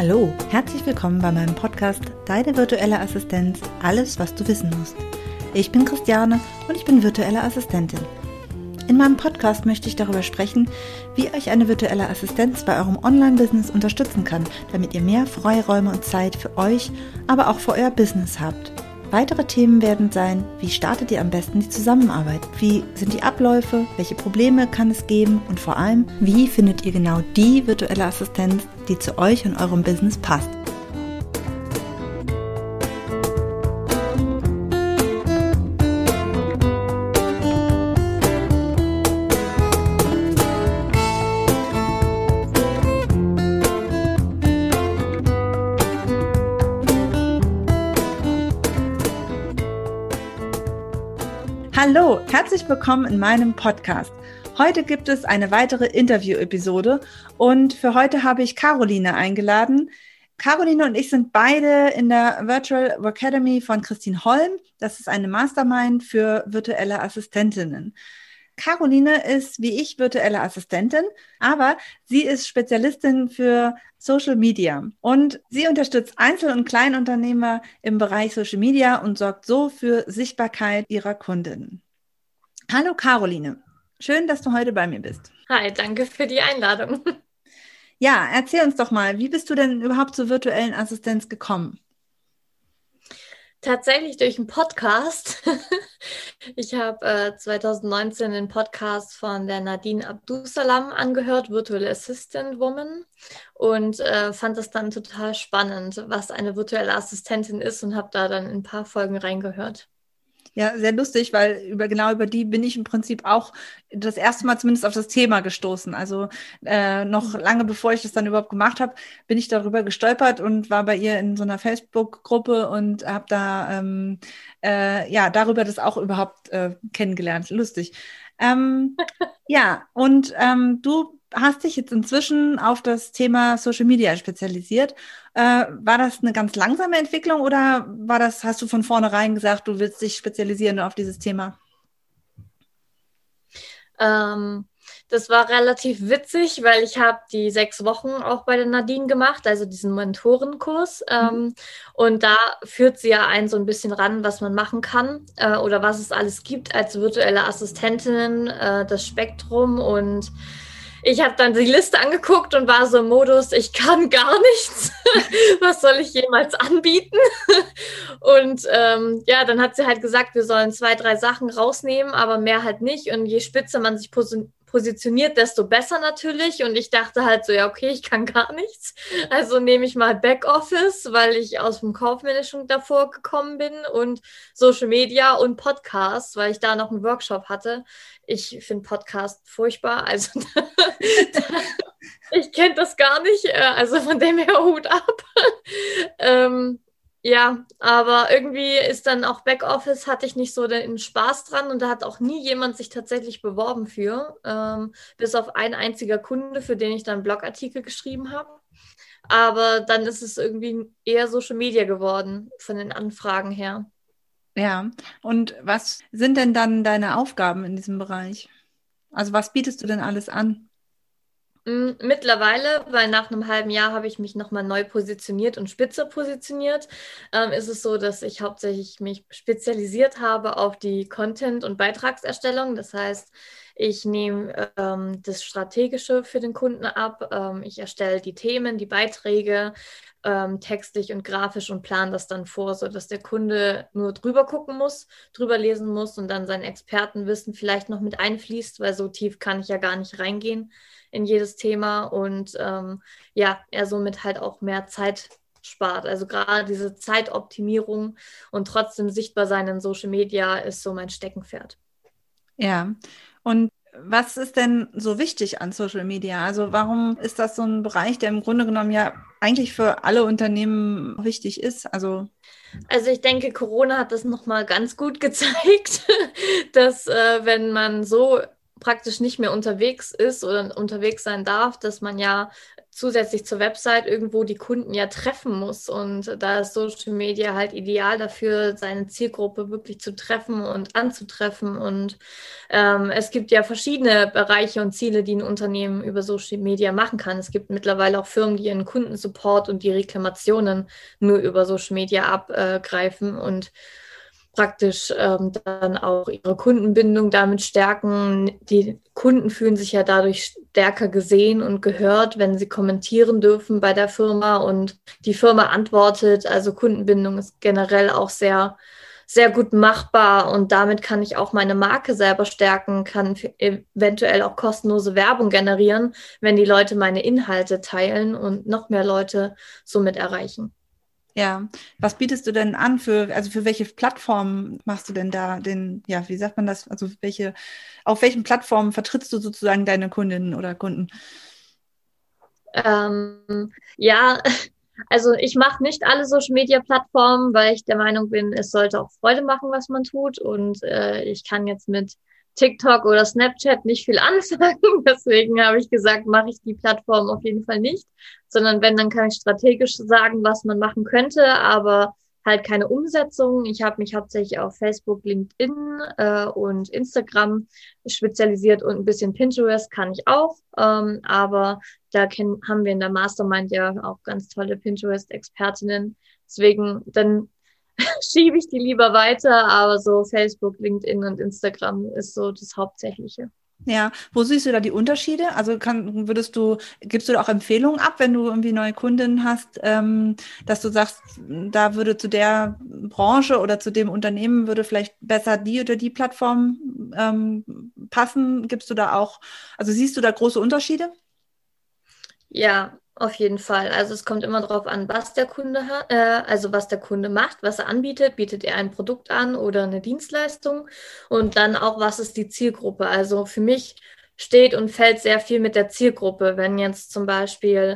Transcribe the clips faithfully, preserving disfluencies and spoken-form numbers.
Hallo, herzlich willkommen bei meinem Podcast Deine virtuelle Assistenz, alles was du wissen musst. Ich bin Christiane und ich bin virtuelle Assistentin. In meinem Podcast möchte ich darüber sprechen, wie euch eine virtuelle Assistenz bei eurem Online-Business unterstützen kann, damit ihr mehr Freiräume und Zeit für euch, aber auch für euer Business habt. Weitere Themen werden sein, wie startet ihr am besten die Zusammenarbeit? Wie sind die Abläufe? Welche Probleme kann es geben? Und vor allem, wie findet ihr genau die virtuelle Assistenz, die zu euch und eurem Business passt? Hallo, herzlich willkommen in meinem Podcast. Heute gibt es eine weitere Interview-Episode und für heute habe ich Caroline eingeladen. Caroline und ich sind beide in der Virtual Academy von Christine Holm. Das ist eine Mastermind für virtuelle Assistentinnen. Caroline ist wie ich virtuelle Assistentin, aber sie ist Spezialistin für Social Media und sie unterstützt Einzel- und Kleinunternehmer im Bereich Social Media und sorgt so für Sichtbarkeit ihrer Kundinnen. Hallo Caroline, schön, dass du heute bei mir bist. Hi, danke für die Einladung. Ja, erzähl uns doch mal, wie bist du denn überhaupt zur virtuellen Assistenz gekommen? Tatsächlich durch einen Podcast. Ich habe äh, zwanzig neunzehn den Podcast von der Nadine Abdusalam angehört, Virtual Assistant Woman, und äh, fand es dann total spannend, was eine virtuelle Assistentin ist, und habe da dann in ein paar Folgen reingehört. Ja, sehr lustig, weil über genau über die bin ich im Prinzip auch das erste Mal zumindest auf das Thema gestoßen. Also äh, noch lange bevor ich das dann überhaupt gemacht habe, bin ich darüber gestolpert und war bei ihr in so einer Facebook-Gruppe und habe da ähm, äh, ja darüber das auch überhaupt äh, kennengelernt. Lustig. Ähm, ja, und ähm, du hast dich jetzt inzwischen auf das Thema Social Media spezialisiert. Äh, war das eine ganz langsame Entwicklung oder war das, hast du von vornherein gesagt, du willst dich spezialisieren auf dieses Thema? Ähm, das war relativ witzig, weil ich habe die sechs Wochen auch bei der Nadine gemacht, also diesen Mentorenkurs. Ähm, mhm. Und da führt sie ja einen so ein bisschen ran, was man machen kann äh, oder was es alles gibt als virtuelle Assistentinnen, äh, das Spektrum. Und ich habe dann die Liste angeguckt und war so im Modus, ich kann gar nichts. Was soll ich jemals anbieten? Und ähm, ja, dann hat sie halt gesagt, wir sollen zwei, drei Sachen rausnehmen, aber mehr halt nicht. Und je spitzer man sich pos- positioniert, desto besser natürlich. Und ich dachte halt so, ja, okay, ich kann gar nichts. Also nehme ich mal Backoffice, weil ich aus dem Kaufmännischen davor gekommen bin, und Social Media und Podcasts, weil ich da noch einen Workshop hatte. Ich finde Podcast furchtbar, also ich kenne das gar nicht, also von dem her Hut ab. ähm, ja, aber irgendwie ist dann auch Backoffice, hatte ich nicht so den Spaß dran, und da hat auch nie jemand sich tatsächlich beworben für, ähm, bis auf ein einziger Kunde, für den ich dann einen Blogartikel geschrieben habe. Aber dann ist es irgendwie eher Social Media geworden, von den Anfragen her. Ja, und was sind denn dann deine Aufgaben in diesem Bereich? Also was bietest du denn alles an? Mittlerweile, weil nach einem halben Jahr habe ich mich nochmal neu positioniert und spitzer positioniert, ähm, ist es so, dass ich hauptsächlich mich spezialisiert habe auf die Content- und Beitragserstellung. Das heißt, ich nehme ähm, das Strategische für den Kunden ab. Ähm, ich erstelle die Themen, die Beiträge, ähm, textlich und grafisch, und plane das dann vor, sodass der Kunde nur drüber gucken muss, drüber lesen muss und dann sein Expertenwissen vielleicht noch mit einfließt, weil so tief kann ich ja gar nicht reingehen in jedes Thema, und ähm, ja, er somit halt auch mehr Zeit spart. Also gerade diese Zeitoptimierung und trotzdem sichtbar sein in Social Media ist so mein Steckenpferd. Ja, und was ist denn so wichtig an Social Media? Also warum ist das so ein Bereich, der im Grunde genommen ja eigentlich für alle Unternehmen wichtig ist? Also Also ich denke, Corona hat das nochmal ganz gut gezeigt, dass äh, wenn man so praktisch nicht mehr unterwegs ist oder unterwegs sein darf, dass man ja zusätzlich zur Website irgendwo die Kunden ja treffen muss. Und da ist Social Media halt ideal dafür, seine Zielgruppe wirklich zu treffen und anzutreffen. Und ähm, es gibt ja verschiedene Bereiche und Ziele, die ein Unternehmen über Social Media machen kann. Es gibt mittlerweile auch Firmen, die ihren Kundensupport und die Reklamationen nur über Social Media abgreifen und praktisch ähm, dann auch ihre Kundenbindung damit stärken. Die Kunden fühlen sich ja dadurch stärker gesehen und gehört, wenn sie kommentieren dürfen bei der Firma und die Firma antwortet. Also Kundenbindung ist generell auch sehr, sehr gut machbar und damit kann ich auch meine Marke selber stärken, kann eventuell auch kostenlose Werbung generieren, wenn die Leute meine Inhalte teilen und noch mehr Leute somit erreichen. Ja, was bietest du denn an für, also für welche Plattformen machst du denn da den, ja, wie sagt man das, also welche, auf welchen Plattformen vertrittst du sozusagen deine Kundinnen oder Kunden? Ähm, ja, also ich mache nicht alle Social-Media-Plattformen, weil ich der Meinung bin, es sollte auch Freude machen, was man tut und äh, ich kann jetzt mit TikTok oder Snapchat nicht viel anfangen. Deswegen habe ich gesagt, mache ich die Plattform auf jeden Fall nicht, sondern wenn, dann kann ich strategisch sagen, was man machen könnte, aber halt keine Umsetzung. Ich habe mich hauptsächlich auf Facebook, LinkedIn äh, und Instagram spezialisiert und ein bisschen Pinterest kann ich auch, ähm, aber da kennen, haben wir in der Mastermind ja auch ganz tolle Pinterest-Expertinnen. Deswegen, dann schiebe ich die lieber weiter, aber so Facebook, LinkedIn und Instagram ist so das Hauptsächliche. Ja, wo siehst du da die Unterschiede? Also kann, würdest du, gibst du da auch Empfehlungen ab, wenn du irgendwie neue Kundinnen hast, ähm, dass du sagst, da würde zu der Branche oder zu dem Unternehmen würde vielleicht besser die oder die Plattform ähm, passen? Gibst du da auch, also siehst du da große Unterschiede? Ja, auf jeden Fall. Also es kommt immer darauf an, was der Kunde hat, äh, also was der Kunde macht, was er anbietet. Bietet er ein Produkt an oder eine Dienstleistung? Und dann auch, was ist die Zielgruppe? Also für mich steht und fällt sehr viel mit der Zielgruppe. Wenn jetzt zum Beispiel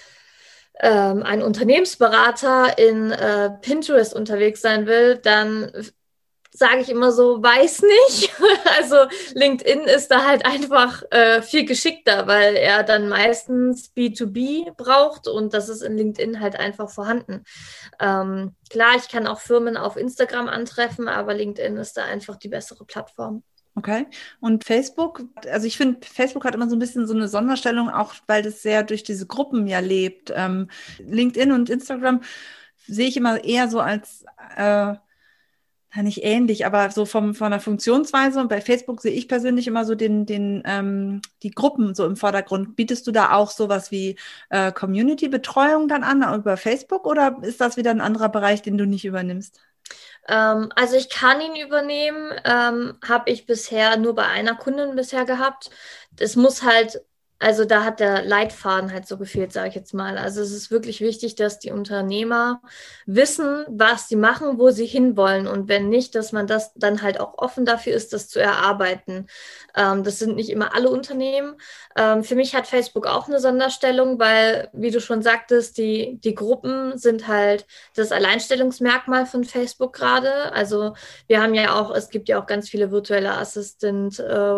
ähm, ein Unternehmensberater in äh, Pinterest unterwegs sein will, dann sage ich immer so, weiß nicht. Also LinkedIn ist da halt einfach äh, viel geschickter, weil er dann meistens B zwei B braucht und das ist in LinkedIn halt einfach vorhanden. Ähm, klar, ich kann auch Firmen auf Instagram antreffen, aber LinkedIn ist da einfach die bessere Plattform. Okay. Und Facebook, also ich finde, Facebook hat immer so ein bisschen so eine Sonderstellung, auch weil das sehr durch diese Gruppen ja lebt. Ähm, LinkedIn und Instagram sehe ich immer eher so als äh, ja, nicht ähnlich, aber so vom, von der Funktionsweise. Und bei Facebook sehe ich persönlich immer so den, den, ähm, die Gruppen so im Vordergrund. Bietest du da auch sowas wie äh, Community-Betreuung dann an über Facebook oder ist das wieder ein anderer Bereich, den du nicht übernimmst? Ähm, also ich kann ihn übernehmen, ähm, habe ich bisher nur bei einer Kundin bisher gehabt. Es muss halt, also da hat der Leitfaden halt so gefehlt, sage ich jetzt mal. Also es ist wirklich wichtig, dass die Unternehmer wissen, was sie machen, wo sie hinwollen und wenn nicht, dass man das dann halt auch offen dafür ist, das zu erarbeiten. Ähm, das sind nicht immer alle Unternehmen. Ähm, für mich hat Facebook auch eine Sonderstellung, weil, wie du schon sagtest, die, die Gruppen sind halt das Alleinstellungsmerkmal von Facebook gerade. Also wir haben ja auch, es gibt ja auch ganz viele virtuelle Assistent, äh,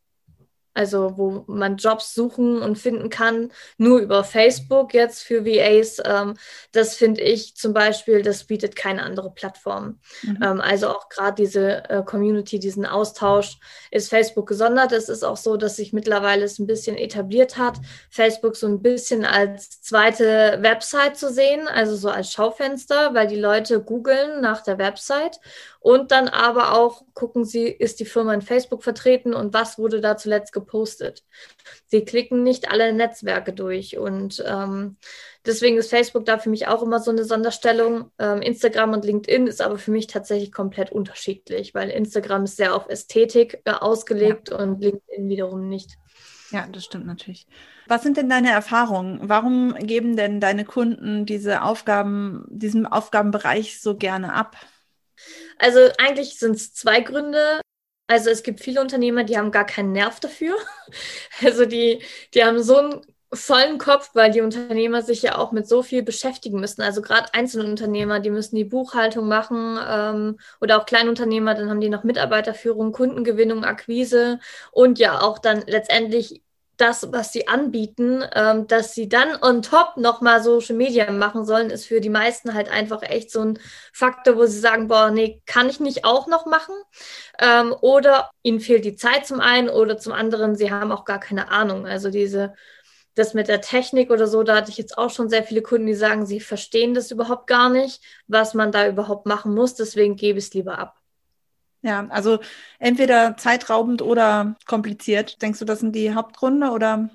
also wo man Jobs suchen und finden kann, nur über Facebook jetzt für V As. Ähm, das finde ich zum Beispiel, das bietet keine andere Plattform. Mhm. Ähm, also auch gerade diese äh, Community, diesen Austausch ist Facebook gesondert. Es ist auch so, dass sich mittlerweile es ein bisschen etabliert hat, Facebook so ein bisschen als zweite Website zu sehen, also so als Schaufenster, weil die Leute googeln nach der Website und dann aber auch gucken sie, ist die Firma in Facebook vertreten und was wurde da zuletzt gepostet. Sie klicken nicht alle Netzwerke durch und ähm, deswegen ist Facebook da für mich auch immer so eine Sonderstellung. Ähm, Instagram und LinkedIn ist aber für mich tatsächlich komplett unterschiedlich, weil Instagram ist sehr auf Ästhetik äh, ausgelegt ja. Und LinkedIn wiederum nicht. Ja, das stimmt natürlich. Was sind denn deine Erfahrungen? Warum geben denn deine Kunden diese Aufgaben, diesen Aufgabenbereich so gerne ab? Also eigentlich sind es zwei Gründe. Also es gibt viele Unternehmer, die haben gar keinen Nerv dafür. Also die, die haben so einen vollen Kopf, weil die Unternehmer sich ja auch mit so viel beschäftigen müssen. Also gerade Einzelunternehmer, die müssen die Buchhaltung machen ähm, oder auch Kleinunternehmer, dann haben die noch Mitarbeiterführung, Kundengewinnung, Akquise und ja auch dann letztendlich das, was sie anbieten, ähm, dass sie dann on top nochmal Social Media machen sollen, ist für die meisten halt einfach echt so ein Faktor, wo sie sagen, boah, nee, kann ich nicht auch noch machen? Ähm, oder ihnen fehlt die Zeit zum einen oder zum anderen, sie haben auch gar keine Ahnung. Also diese, das mit der Technik oder so, da hatte ich jetzt auch schon sehr viele Kunden, die sagen, sie verstehen das überhaupt gar nicht, was man da überhaupt machen muss, deswegen gebe ich es lieber ab. Ja, also entweder zeitraubend oder kompliziert. Denkst du, das sind die Hauptgründe oder?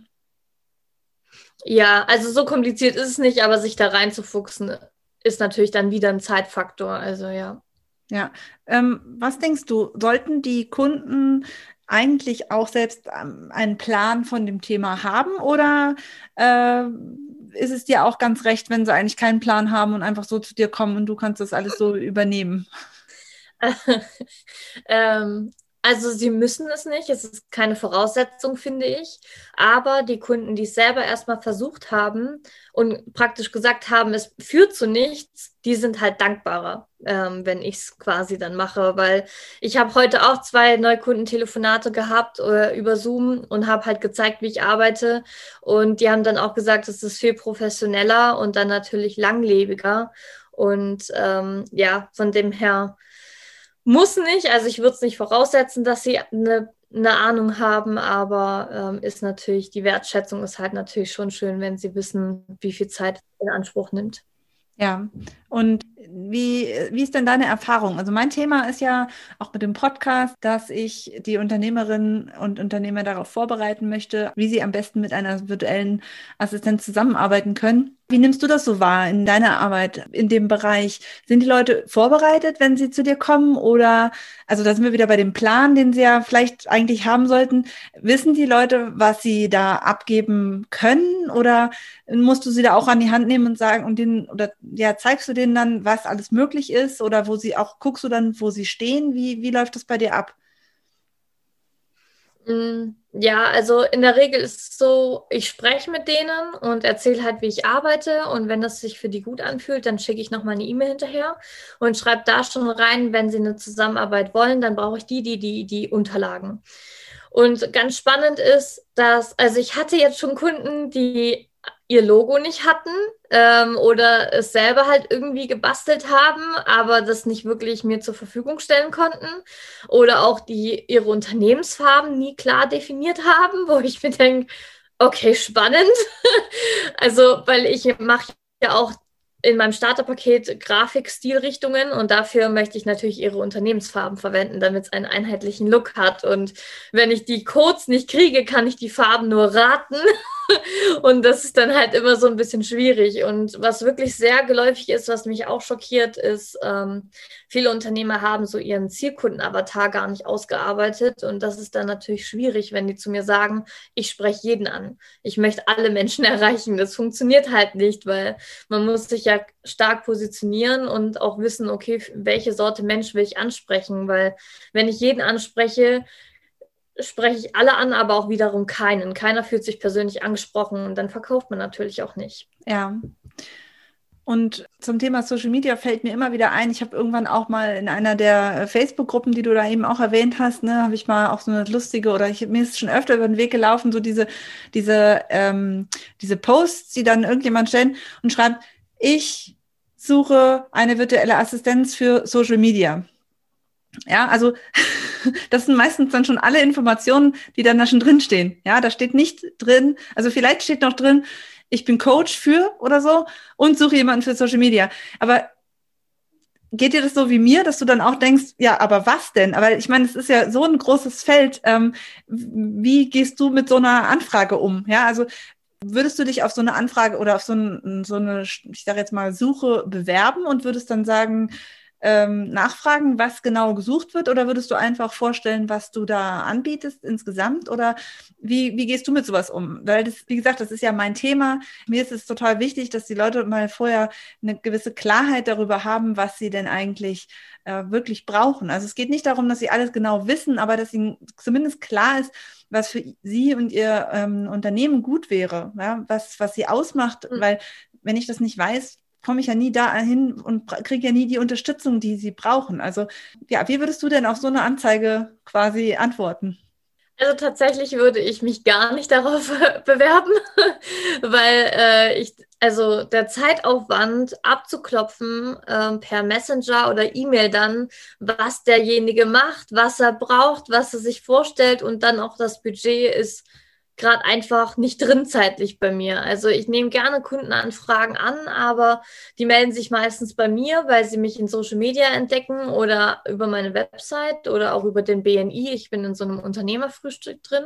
Ja, also so kompliziert ist es nicht, aber sich da reinzufuchsen, ist natürlich dann wieder ein Zeitfaktor. Also ja. Ja, ähm, was denkst du, sollten die Kunden eigentlich auch selbst ähm, einen Plan von dem Thema haben oder äh, ist es dir auch ganz recht, wenn sie eigentlich keinen Plan haben und einfach so zu dir kommen und du kannst das alles so übernehmen? ähm, also sie müssen es nicht, es ist keine Voraussetzung, finde ich. Aber die Kunden, die es selber erstmal versucht haben und praktisch gesagt haben, es führt zu nichts, die sind halt dankbarer, ähm, wenn ich es quasi dann mache. Weil ich habe heute auch zwei Neukundentelefonate gehabt äh, über Zoom und habe halt gezeigt, wie ich arbeite. Und die haben dann auch gesagt, es ist viel professioneller und dann natürlich langlebiger. Und ähm, ja, von dem her muss nicht, also ich würde es nicht voraussetzen, dass sie eine, eine Ahnung haben, aber ähm, ist natürlich, die Wertschätzung ist halt natürlich schon schön, wenn sie wissen, wie viel Zeit es in Anspruch nimmt. Ja, und wie, wie ist denn deine Erfahrung? Also mein Thema ist ja auch mit dem Podcast, dass ich die Unternehmerinnen und Unternehmer darauf vorbereiten möchte, wie sie am besten mit einer virtuellen Assistenz zusammenarbeiten können. Wie nimmst du das so wahr in deiner Arbeit in dem Bereich? Sind die Leute vorbereitet, wenn sie zu dir kommen? Oder, also da sind wir wieder bei dem Plan, den sie ja vielleicht eigentlich haben sollten. Wissen die Leute, was sie da abgeben können? Oder musst du sie da auch an die Hand nehmen und sagen, und den, oder ja, zeigst du denen dann, was alles möglich ist? Oder wo sie auch, guckst du dann, wo sie stehen? Wie, wie läuft das bei dir ab? Mm, Ja, also in der Regel ist es so, ich spreche mit denen und erzähle halt, wie ich arbeite. Und wenn das sich für die gut anfühlt, dann schicke ich nochmal eine E-Mail hinterher und schreibe da schon rein, wenn sie eine Zusammenarbeit wollen, dann brauche ich die, die, die, die Unterlagen. Und ganz spannend ist, dass, also ich hatte jetzt schon Kunden, die ihr Logo nicht hatten ähm, oder es selber halt irgendwie gebastelt haben, aber das nicht wirklich mir zur Verfügung stellen konnten. Oder auch die ihre Unternehmensfarben nie klar definiert haben, wo ich mir denke, okay, spannend. Also, weil ich mache ja auch in meinem Starterpaket Grafik-Stilrichtungen und dafür möchte ich natürlich ihre Unternehmensfarben verwenden, damit es einen einheitlichen Look hat. Und wenn ich die Codes nicht kriege, kann ich die Farben nur raten. Und das ist dann halt immer so ein bisschen schwierig. Und was wirklich sehr geläufig ist, was mich auch schockiert, ist, ähm, viele Unternehmer haben so ihren Zielkunden-Avatar gar nicht ausgearbeitet. Und das ist dann natürlich schwierig, wenn die zu mir sagen, ich spreche jeden an. Ich möchte alle Menschen erreichen. Das funktioniert halt nicht, weil man muss sich ja stark positionieren und auch wissen, okay, welche Sorte Mensch will ich ansprechen. Weil wenn ich jeden anspreche, spreche ich alle an, aber auch wiederum keinen. Keiner fühlt sich persönlich angesprochen und dann verkauft man natürlich auch nicht. Ja. Und zum Thema Social Media fällt mir immer wieder ein, ich habe irgendwann auch mal in einer der Facebook-Gruppen, die du da eben auch erwähnt hast, ne, habe ich mal auch so eine lustige, oder ich, mir ist schon öfter über den Weg gelaufen, so diese, diese, ähm, diese Posts, die dann irgendjemand stellen und schreibt, ich suche eine virtuelle Assistenz für Social Media. Ja, also das sind meistens dann schon alle Informationen, die dann da schon drinstehen. Ja, da steht nicht drin, also vielleicht steht noch drin, ich bin Coach für oder so und suche jemanden für Social Media. Aber geht dir das so wie mir, dass du dann auch denkst, ja, aber was denn? Aber ich meine, es ist ja so ein großes Feld. Ähm, wie gehst du mit so einer Anfrage um? Ja, also würdest du dich auf so eine Anfrage oder auf so, ein, so eine, ich sage jetzt mal, Suche bewerben und würdest dann sagen, ähm, nachfragen, was genau gesucht wird, oder würdest du einfach vorstellen, was du da anbietest insgesamt, oder wie, wie gehst du mit sowas um? Weil das, wie gesagt, das ist ja mein Thema. Mir ist es total wichtig, dass die Leute mal vorher eine gewisse Klarheit darüber haben, was sie denn eigentlich äh, wirklich brauchen. Also es geht nicht darum, dass sie alles genau wissen, aber dass ihnen zumindest klar ist, was für sie und ihr ähm, Unternehmen gut wäre, ja? was, was sie ausmacht, Mhm. weil wenn ich das nicht weiß, komme ich ja nie dahin und kriege ja nie die Unterstützung, die sie brauchen. Also ja, wie würdest du denn auf so eine Anzeige quasi antworten? Also tatsächlich würde ich mich gar nicht darauf bewerben, weil äh, ich, also der Zeitaufwand abzuklopfen ähm, per Messenger oder E-Mail dann, was derjenige macht, was er braucht, was er sich vorstellt und dann auch das Budget ist gerade einfach nicht drin zeitlich bei mir. Also ich nehme gerne Kundenanfragen an, aber die melden sich meistens bei mir, weil sie mich in Social Media entdecken oder über meine Website oder auch über den B N I. Ich bin in so einem Unternehmerfrühstück drin.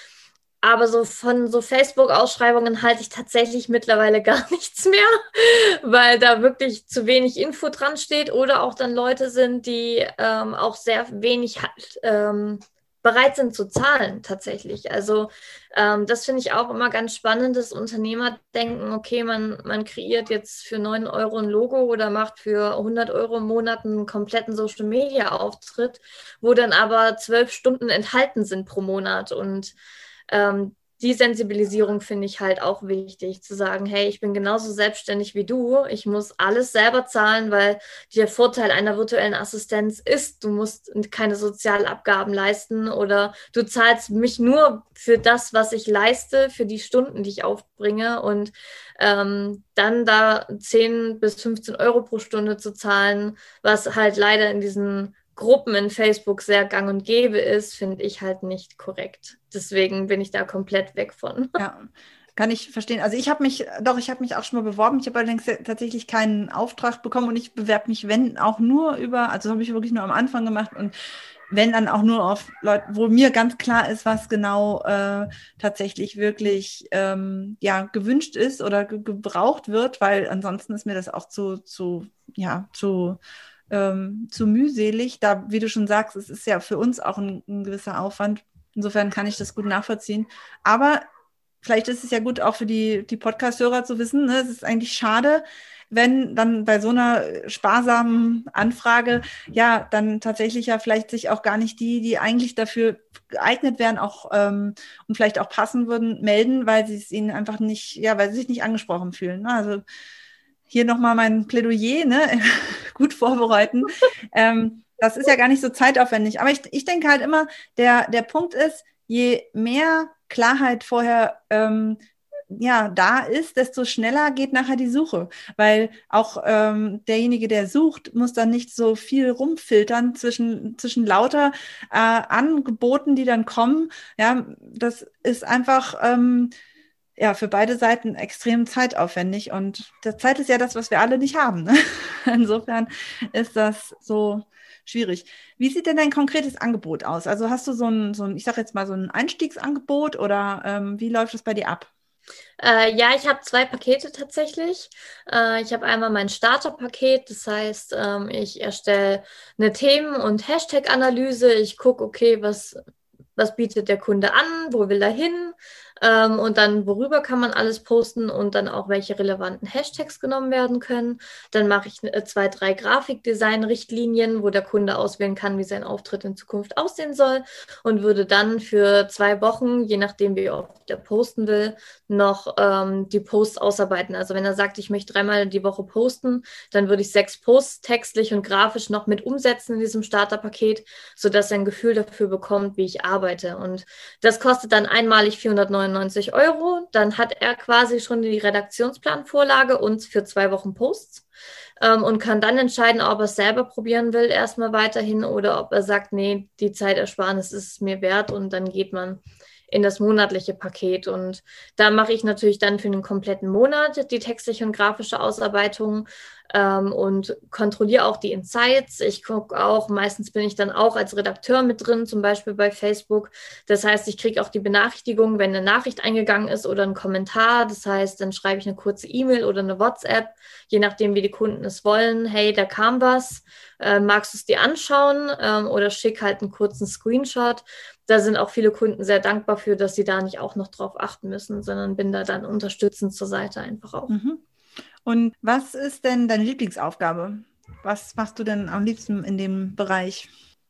Aber so von so Facebook-Ausschreibungen halte ich tatsächlich mittlerweile gar nichts mehr, weil da wirklich zu wenig Info dran steht oder auch dann Leute sind, die ähm, auch sehr wenig halt, ähm, bereit sind zu zahlen tatsächlich. Also ähm, das finde ich auch immer ganz spannend, dass Unternehmer denken, okay, man, man kreiert jetzt für neun Euro ein Logo oder macht für hundert Euro im Monat einen kompletten Social-Media-Auftritt, wo dann aber zwölf Stunden enthalten sind pro Monat. Und ähm, die Sensibilisierung finde ich halt auch wichtig, zu sagen, hey, ich bin genauso selbstständig wie du, ich muss alles selber zahlen, weil der Vorteil einer virtuellen Assistenz ist, du musst keine Sozialabgaben leisten oder du zahlst mich nur für das, was ich leiste, für die Stunden, die ich aufbringe und ähm, dann da zehn bis fünfzehn Euro pro Stunde zu zahlen, was halt leider in diesen Gruppen in Facebook sehr gang und gäbe ist, finde ich halt nicht korrekt. Deswegen bin ich da komplett weg von. Ja, kann ich verstehen. Also ich habe mich, doch, ich habe mich auch schon mal beworben. Ich habe allerdings tatsächlich keinen Auftrag bekommen und ich bewerbe mich, wenn auch nur über, also habe ich wirklich nur am Anfang gemacht und wenn dann auch nur auf Leute, wo mir ganz klar ist, was genau äh, tatsächlich wirklich ähm, ja gewünscht ist oder ge gebraucht wird, weil ansonsten ist mir das auch zu, zu, ja, zu ähm, zu mühselig. Da, wie du schon sagst, es ist ja für uns auch ein, ein gewisser Aufwand. Insofern kann ich das gut nachvollziehen. Aber vielleicht ist es ja gut auch für die, die Podcast-Hörer zu wissen, ne? Es ist eigentlich schade, wenn dann bei so einer sparsamen Anfrage, ja, dann tatsächlich ja vielleicht sich auch gar nicht die, die eigentlich dafür geeignet wären, auch ähm, und vielleicht auch passen würden, melden, weil sie es ihnen einfach nicht, ja, weil sie sich nicht angesprochen fühlen. Ne? Also hier nochmal mein Plädoyer, ne? Gut vorbereiten. Ähm, das ist ja gar nicht so zeitaufwendig. Aber ich, ich denke halt immer, der, der Punkt ist, je mehr Klarheit vorher ähm, ja, da ist, desto schneller geht nachher die Suche. Weil auch ähm, derjenige, der sucht, muss dann nicht so viel rumfiltern zwischen, zwischen lauter äh, Angeboten, die dann kommen. Ja, das ist einfach ähm, ja, für beide Seiten extrem zeitaufwendig und der Zeit ist ja das, was wir alle nicht haben. Ne? Insofern ist das so schwierig. Wie sieht denn dein konkretes Angebot aus? Also hast du so ein, so ein ich sage jetzt mal so ein Einstiegsangebot oder ähm, wie läuft das bei dir ab? Äh, ja, ich habe zwei Pakete tatsächlich. Äh, ich habe einmal mein Starterpaket, das heißt, ähm, ich erstelle eine Themen- und Hashtag-Analyse. Ich gucke, okay, was, was bietet der Kunde an, wo will er hin? Ähm, und dann, worüber kann man alles posten und dann auch, welche relevanten Hashtags genommen werden können. Dann mache ich äh, zwei, drei Grafikdesign-Richtlinien, wo der Kunde auswählen kann, wie sein Auftritt in Zukunft aussehen soll und würde dann für zwei Wochen, je nachdem, wie oft er posten will, noch ähm, die Posts ausarbeiten. Also wenn er sagt, ich möchte dreimal die Woche posten, dann würde ich sechs Posts textlich und grafisch noch mit umsetzen in diesem Starterpaket, sodass er ein Gefühl dafür bekommt, wie ich arbeite. Und das kostet dann einmalig vierhundertneunundneunzig Euro. Dann hat er quasi schon die Redaktionsplanvorlage und für zwei Wochen Posts ähm, und kann dann entscheiden, ob er es selber probieren will, erstmal weiterhin oder ob er sagt, nee, die Zeitersparnis ist es mir wert und dann geht man in das monatliche Paket. Und da mache ich natürlich dann für den kompletten Monat die textliche und grafische Ausarbeitung ähm, und kontrolliere auch die Insights. Ich gucke auch, meistens bin ich dann auch als Redakteur mit drin, zum Beispiel bei Facebook. Das heißt, ich kriege auch die Benachrichtigung, wenn eine Nachricht eingegangen ist oder ein Kommentar. Das heißt, dann schreibe ich eine kurze E-Mail oder eine WhatsApp, je nachdem, wie die Kunden es wollen. Hey, da kam was. Äh, magst du es dir anschauen? Ähm, oder schick halt einen kurzen Screenshot. Da sind auch viele Kunden sehr dankbar für, dass sie da nicht auch noch drauf achten müssen, sondern bin da dann unterstützend zur Seite einfach auch. Mhm. Und was ist denn deine Lieblingsaufgabe? Was machst du denn am liebsten in dem Bereich?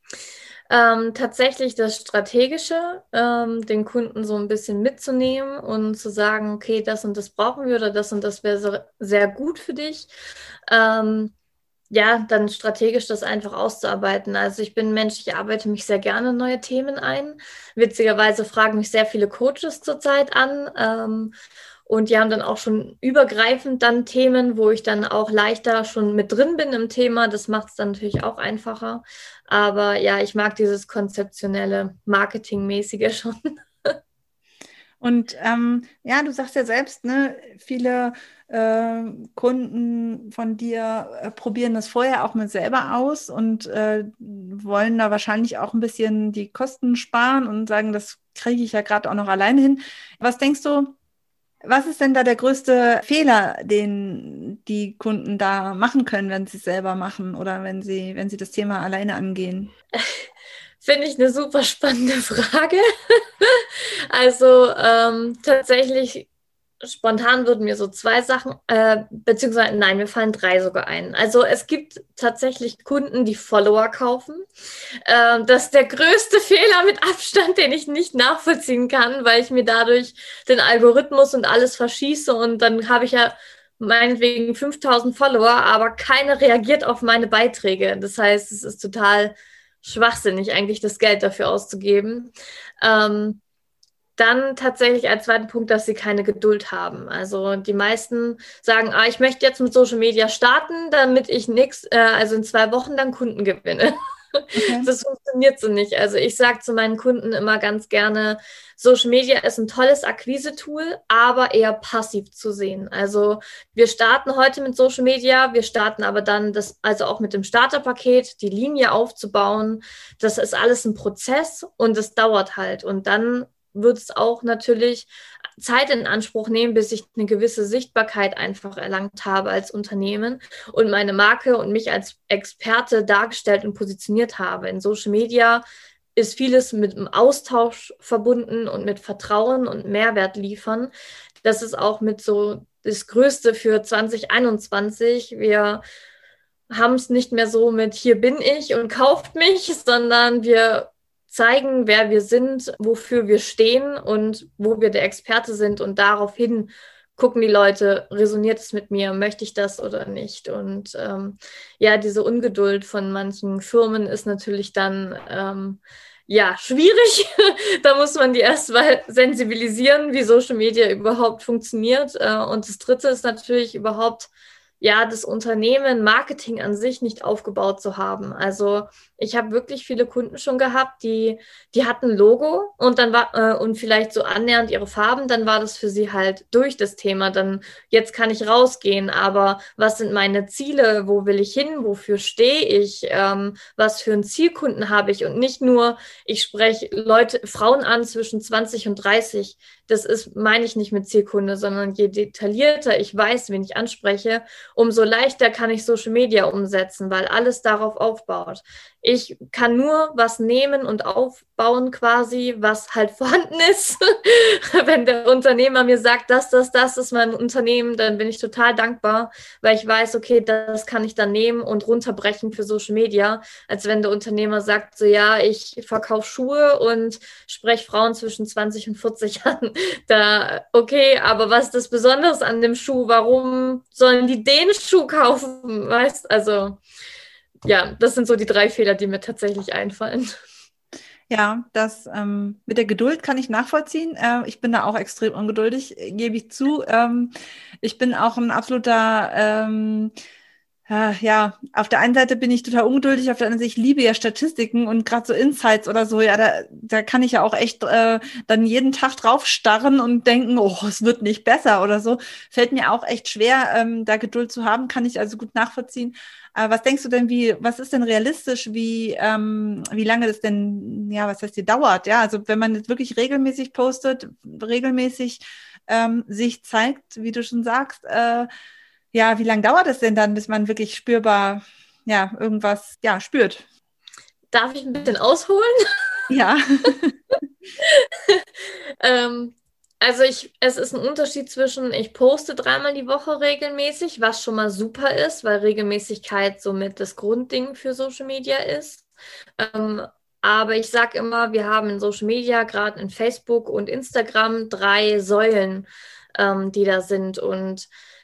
Ähm, tatsächlich das Strategische, ähm, den Kunden so ein bisschen mitzunehmen und zu sagen, okay, das und das brauchen wir oder das und das wäre so, sehr gut für dich. Ähm, ja, dann strategisch das einfach auszuarbeiten. Also ich bin ein Mensch, ich arbeite mich sehr gerne in neue Themen ein. Witzigerweise fragen mich sehr viele Coaches zurzeit an. Ähm, und die haben dann auch schon übergreifend dann Themen, wo ich dann auch leichter schon mit drin bin im Thema. Das macht es dann natürlich auch einfacher. Aber ja, ich mag dieses konzeptionelle, marketingmäßige schon. Und ähm, ja, du sagst ja selbst, ne, viele äh, Kunden von dir äh, probieren das vorher auch mit selber aus und äh, wollen da wahrscheinlich auch ein bisschen die Kosten sparen und sagen, das kriege ich ja gerade auch noch alleine hin. Was denkst du, was ist denn da der größte Fehler, den die Kunden da machen können, wenn sie es selber machen oder wenn sie, wenn sie das Thema alleine angehen? Finde ich eine super spannende Frage. Also ähm, tatsächlich, spontan würden mir so zwei Sachen, äh, beziehungsweise nein, mir fallen drei sogar ein. Also es gibt tatsächlich Kunden, die Follower kaufen. Ähm, das ist der größte Fehler mit Abstand, den ich nicht nachvollziehen kann, weil ich mir dadurch den Algorithmus und alles verschieße und dann habe ich ja meinetwegen fünftausend Follower, aber keiner reagiert auf meine Beiträge. Das heißt, es ist total schwachsinnig, eigentlich das Geld dafür auszugeben. Ähm, Dann tatsächlich als zweiten Punkt, dass sie keine Geduld haben. Also die meisten sagen, ah, ich möchte jetzt mit Social Media starten, damit ich nix, äh, also in zwei Wochen dann Kunden gewinne. Okay. Das funktioniert so nicht. Also ich sage zu meinen Kunden immer ganz gerne, Social Media ist ein tolles Akquise-Tool, aber eher passiv zu sehen. Also wir starten heute mit Social Media, wir starten aber dann das, also auch mit dem Starterpaket, die Linie aufzubauen. Das ist alles ein Prozess und es dauert halt. Und dann wird es auch natürlich Zeit in Anspruch nehmen, bis ich eine gewisse Sichtbarkeit einfach erlangt habe als Unternehmen und meine Marke und mich als Experte dargestellt und positioniert habe. In Social Media ist vieles mit dem Austausch verbunden und mit Vertrauen und Mehrwert liefern. Das ist auch mit so das Größte für zwanzig einundzwanzig. Wir haben es nicht mehr so mit hier bin ich und kauft mich, sondern wir zeigen, wer wir sind, wofür wir stehen und wo wir der Experte sind und daraufhin gucken die Leute, resoniert es mit mir, möchte ich das oder nicht? Und ähm, ja, diese Ungeduld von manchen Firmen ist natürlich dann ähm, ja schwierig. Da muss man die erstmal sensibilisieren, wie Social Media überhaupt funktioniert. Äh, und das Dritte ist natürlich überhaupt ja, das Unternehmen, Marketing an sich nicht aufgebaut zu haben. Also ich habe wirklich viele Kunden schon gehabt, die, die hatten ein Logo und dann war äh, und vielleicht so annähernd ihre Farben, dann war das für sie halt durch das Thema. Dann jetzt kann ich rausgehen, aber was sind meine Ziele? Wo will ich hin? Wofür stehe ich? Ähm, was für einen Zielkunden habe ich? Und nicht nur, ich spreche Leute, Frauen an zwischen zwanzig und dreißig. Das ist, meine ich nicht mit Zielkunde, sondern je detaillierter ich weiß, wen ich anspreche, umso leichter kann ich Social Media umsetzen, weil alles darauf aufbaut. Ich kann nur was nehmen und aufbauen quasi, was halt vorhanden ist. Wenn der Unternehmer mir sagt, das, das, das ist mein Unternehmen, dann bin ich total dankbar, weil ich weiß, okay, das kann ich dann nehmen und runterbrechen für Social Media, als wenn der Unternehmer sagt, so ja, ich verkaufe Schuhe und spreche Frauen zwischen zwanzig und vierzig an. Da, okay, aber was ist das Besondere an dem Schuh? Warum sollen die den Schuh kaufen? Weißt, also ja, das sind so die drei Fehler, die mir tatsächlich einfallen. Ja, das ähm, mit der Geduld kann ich nachvollziehen. Äh, ich bin da auch extrem ungeduldig, äh, gebe ich zu. Ähm, ich bin auch ein absoluter, ähm, äh, ja, auf der einen Seite bin ich total ungeduldig, auf der anderen Seite, ich liebe ja Statistiken und gerade so Insights oder so, ja, da, da kann ich ja auch echt äh, dann jeden Tag drauf starren und denken, oh, es wird nicht besser oder so. Fällt mir auch echt schwer, ähm, da Geduld zu haben, kann ich also gut nachvollziehen. Äh, was denkst du denn, wie, was ist denn realistisch, wie, ähm, wie lange das denn, ja, was heißt, die dauert? Ja, also wenn man jetzt wirklich regelmäßig postet, regelmäßig ähm, sich zeigt, wie du schon sagst, äh, ja, wie lange dauert es denn dann, bis man wirklich spürbar, ja, irgendwas, ja, spürt? Darf ich ein bisschen ausholen? Ja. ähm, also ich, es ist ein Unterschied zwischen, ich poste dreimal die Woche regelmäßig, was schon mal super ist, weil Regelmäßigkeit somit das Grundding für Social Media ist. Ähm, aber ich sage immer, wir haben in Social Media, gerade in Facebook und Instagram, drei Säulen, ähm, die da sind. Und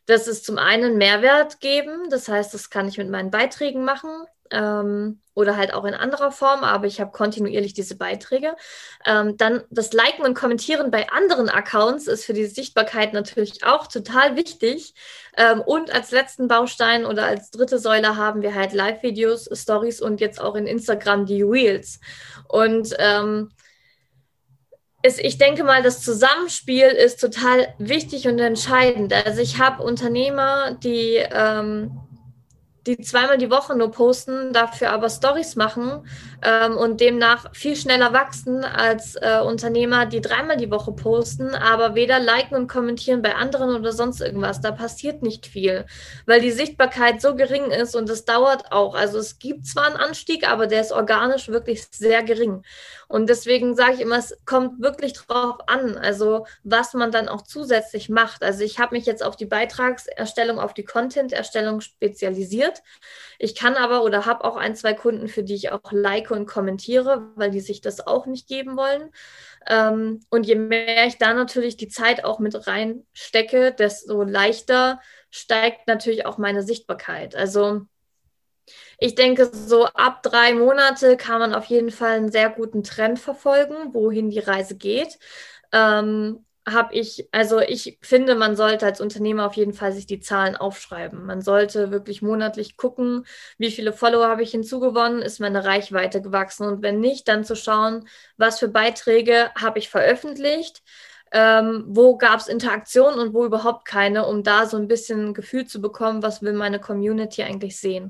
Das ist zum einen Mehrwert geben, das heißt, das kann ich mit meinen Beiträgen machen. Ähm, oder halt auch in anderer Form, aber ich habe kontinuierlich diese Beiträge. Ähm, dann das Liken und Kommentieren bei anderen Accounts ist für die Sichtbarkeit natürlich auch total wichtig. Ähm, und als letzten Baustein oder als dritte Säule haben wir halt Live-Videos, Stories und jetzt auch in Instagram die Reels. Und ähm, ist, ich denke mal, das Zusammenspiel ist total wichtig und entscheidend. Also ich habe Unternehmer, die ähm, die zweimal die Woche nur posten, dafür aber Stories machen ähm, und demnach viel schneller wachsen als äh, Unternehmer, die dreimal die Woche posten, aber weder liken und kommentieren bei anderen oder sonst irgendwas. Da passiert nicht viel, weil die Sichtbarkeit so gering ist und es dauert auch. Also es gibt zwar einen Anstieg, aber der ist organisch wirklich sehr gering. Und deswegen sage ich immer, es kommt wirklich drauf an, also was man dann auch zusätzlich macht. Also ich habe mich jetzt auf die Beitragserstellung, auf die Content-Erstellung spezialisiert. Ich kann aber oder habe auch ein, zwei Kunden, für die ich auch like und kommentiere, weil die sich das auch nicht geben wollen. Ähm, und je mehr ich da natürlich die Zeit auch mit reinstecke, desto leichter steigt natürlich auch meine Sichtbarkeit. Also ich denke, so ab drei Monate kann man auf jeden Fall einen sehr guten Trend verfolgen, wohin die Reise geht. Ähm, habe ich, also ich finde, man sollte als Unternehmer auf jeden Fall sich die Zahlen aufschreiben. Man sollte wirklich monatlich gucken, wie viele Follower habe ich hinzugewonnen, ist meine Reichweite gewachsen und wenn nicht, dann zu schauen, was für Beiträge habe ich veröffentlicht, ähm, wo gab es Interaktion und wo überhaupt keine, um da so ein bisschen ein Gefühl zu bekommen, was will meine Community eigentlich sehen.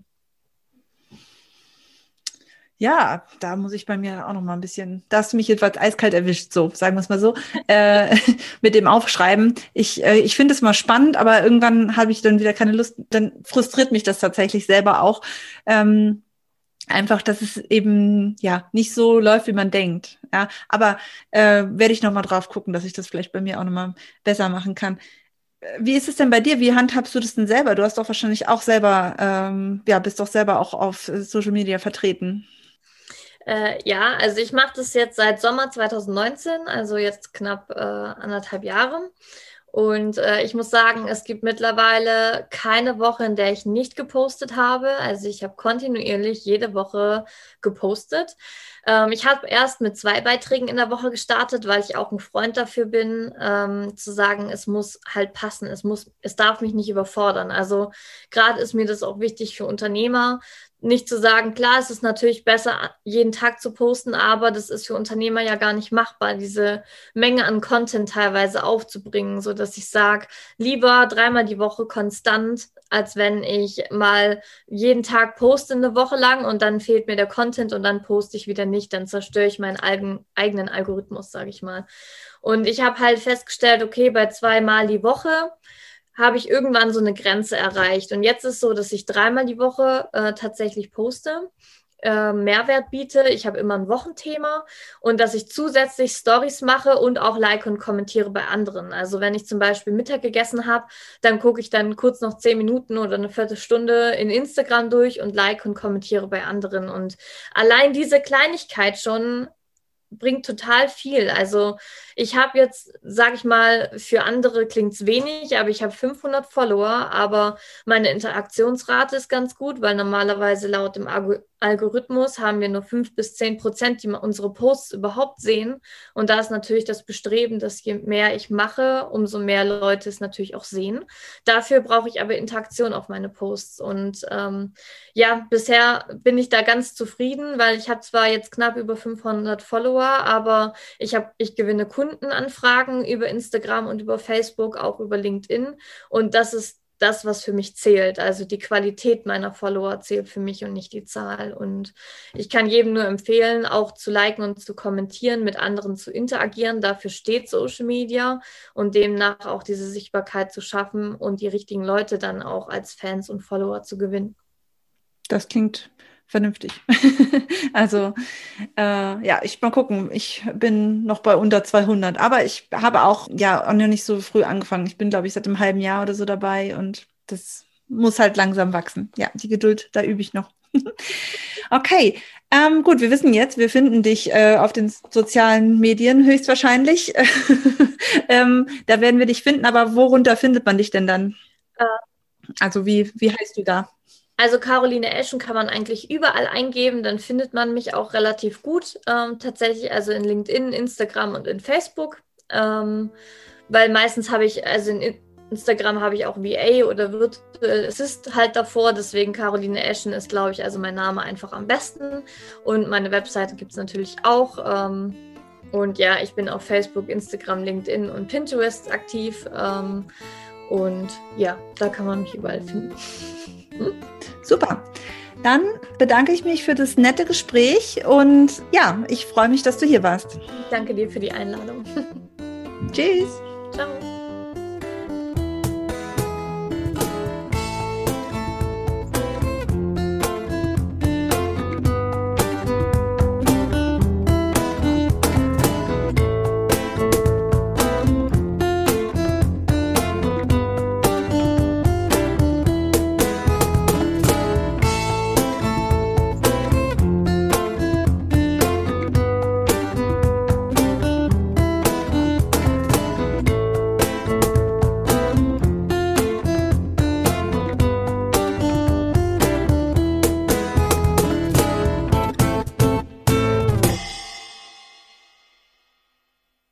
Ja, da muss ich bei mir auch noch mal ein bisschen, da hast du mich etwas eiskalt erwischt, so, sagen wir es mal so, äh, mit dem Aufschreiben. Ich, äh, ich finde es mal spannend, aber irgendwann habe ich dann wieder keine Lust, dann frustriert mich das tatsächlich selber auch. Ähm, einfach, dass es eben, ja, nicht so läuft, wie man denkt. Ja, aber äh, werde ich noch mal drauf gucken, dass ich das vielleicht bei mir auch noch mal besser machen kann. Wie ist es denn bei dir? Wie handhabst du das denn selber? Du hast doch wahrscheinlich auch selber, ähm, ja, bist doch selber auch auf Social Media vertreten. Äh, ja, also ich mache das jetzt seit Sommer zwanzig neunzehn, also jetzt knapp äh, anderthalb Jahre. Und äh, ich muss sagen, es gibt mittlerweile keine Woche, in der ich nicht gepostet habe. Also ich habe kontinuierlich jede Woche gepostet. Ähm, ich habe erst mit zwei Beiträgen in der Woche gestartet, weil ich auch ein Freund dafür bin, ähm, zu sagen, es muss halt passen, es muss, es darf mich nicht überfordern. Also gerade ist mir das auch wichtig für Unternehmer, nicht zu sagen, klar, es ist natürlich besser, jeden Tag zu posten, aber das ist für Unternehmer ja gar nicht machbar, diese Menge an Content teilweise aufzubringen, so dass ich sage, lieber dreimal die Woche konstant, als wenn ich mal jeden Tag poste eine Woche lang und dann fehlt mir der Content und dann poste ich wieder nicht, dann zerstöre ich meinen eigen, eigenen Algorithmus, sage ich mal. Und ich habe halt festgestellt, okay, bei zweimal die Woche habe ich irgendwann so eine Grenze erreicht. Und jetzt ist so, dass ich dreimal die Woche äh, tatsächlich poste, äh, Mehrwert biete. Ich habe immer ein Wochenthema und dass ich zusätzlich Stories mache und auch like und kommentiere bei anderen. Also wenn ich zum Beispiel Mittag gegessen habe, dann gucke ich dann kurz noch zehn Minuten oder eine Viertelstunde in Instagram durch und like und kommentiere bei anderen. Und allein diese Kleinigkeit schon bringt total viel. Also ich habe jetzt, sage ich mal, für andere klingt es wenig, aber ich habe fünfhundert Follower, aber meine Interaktionsrate ist ganz gut, weil normalerweise laut dem Algorithmus haben wir nur fünf bis zehn Prozent, die unsere Posts überhaupt sehen. Und da ist natürlich das Bestreben, dass je mehr ich mache, umso mehr Leute es natürlich auch sehen. Dafür brauche ich aber Interaktion auf meine Posts. Und ähm, ja, bisher bin ich da ganz zufrieden, weil ich habe zwar jetzt knapp über fünfhundert Follower, aber ich habe, ich gewinne Kundenanfragen über Instagram und über Facebook, auch über LinkedIn. Und das ist das, was für mich zählt. Also die Qualität meiner Follower zählt für mich und nicht die Zahl. Und ich kann jedem nur empfehlen, auch zu liken und zu kommentieren, mit anderen zu interagieren. Dafür steht Social Media und demnach auch diese Sichtbarkeit zu schaffen und die richtigen Leute dann auch als Fans und Follower zu gewinnen. Das klingt vernünftig. Also äh, ja, ich mal gucken. Ich bin noch bei unter zweihundert, aber ich habe auch ja auch noch nicht so früh angefangen. Ich bin, glaube ich, seit einem halben Jahr oder so dabei und das muss halt langsam wachsen. Ja, die Geduld, da übe ich noch. Okay, ähm, gut, wir wissen jetzt, wir finden dich äh, auf den sozialen Medien höchstwahrscheinlich. ähm, da werden wir dich finden, aber worunter findet man dich denn dann? Äh, Also wie, wie heißt du da? Also Caroline Eschen kann man eigentlich überall eingeben, dann findet man mich auch relativ gut. Ähm, tatsächlich, also in LinkedIn, Instagram und in Facebook. Ähm, weil meistens habe ich, also in Instagram habe ich auch V A oder Virtual Assist halt davor, deswegen Caroline Eschen ist, glaube ich, also mein Name einfach am besten. Und meine Webseite gibt es natürlich auch. Ähm, und ja, ich bin auf Facebook, Instagram, LinkedIn und Pinterest aktiv. Ähm, und ja, da kann man mich überall finden. Super. Dann bedanke ich mich für das nette Gespräch und ja, ich freue mich, dass du hier warst. Danke dir für die Einladung. Tschüss. Ciao.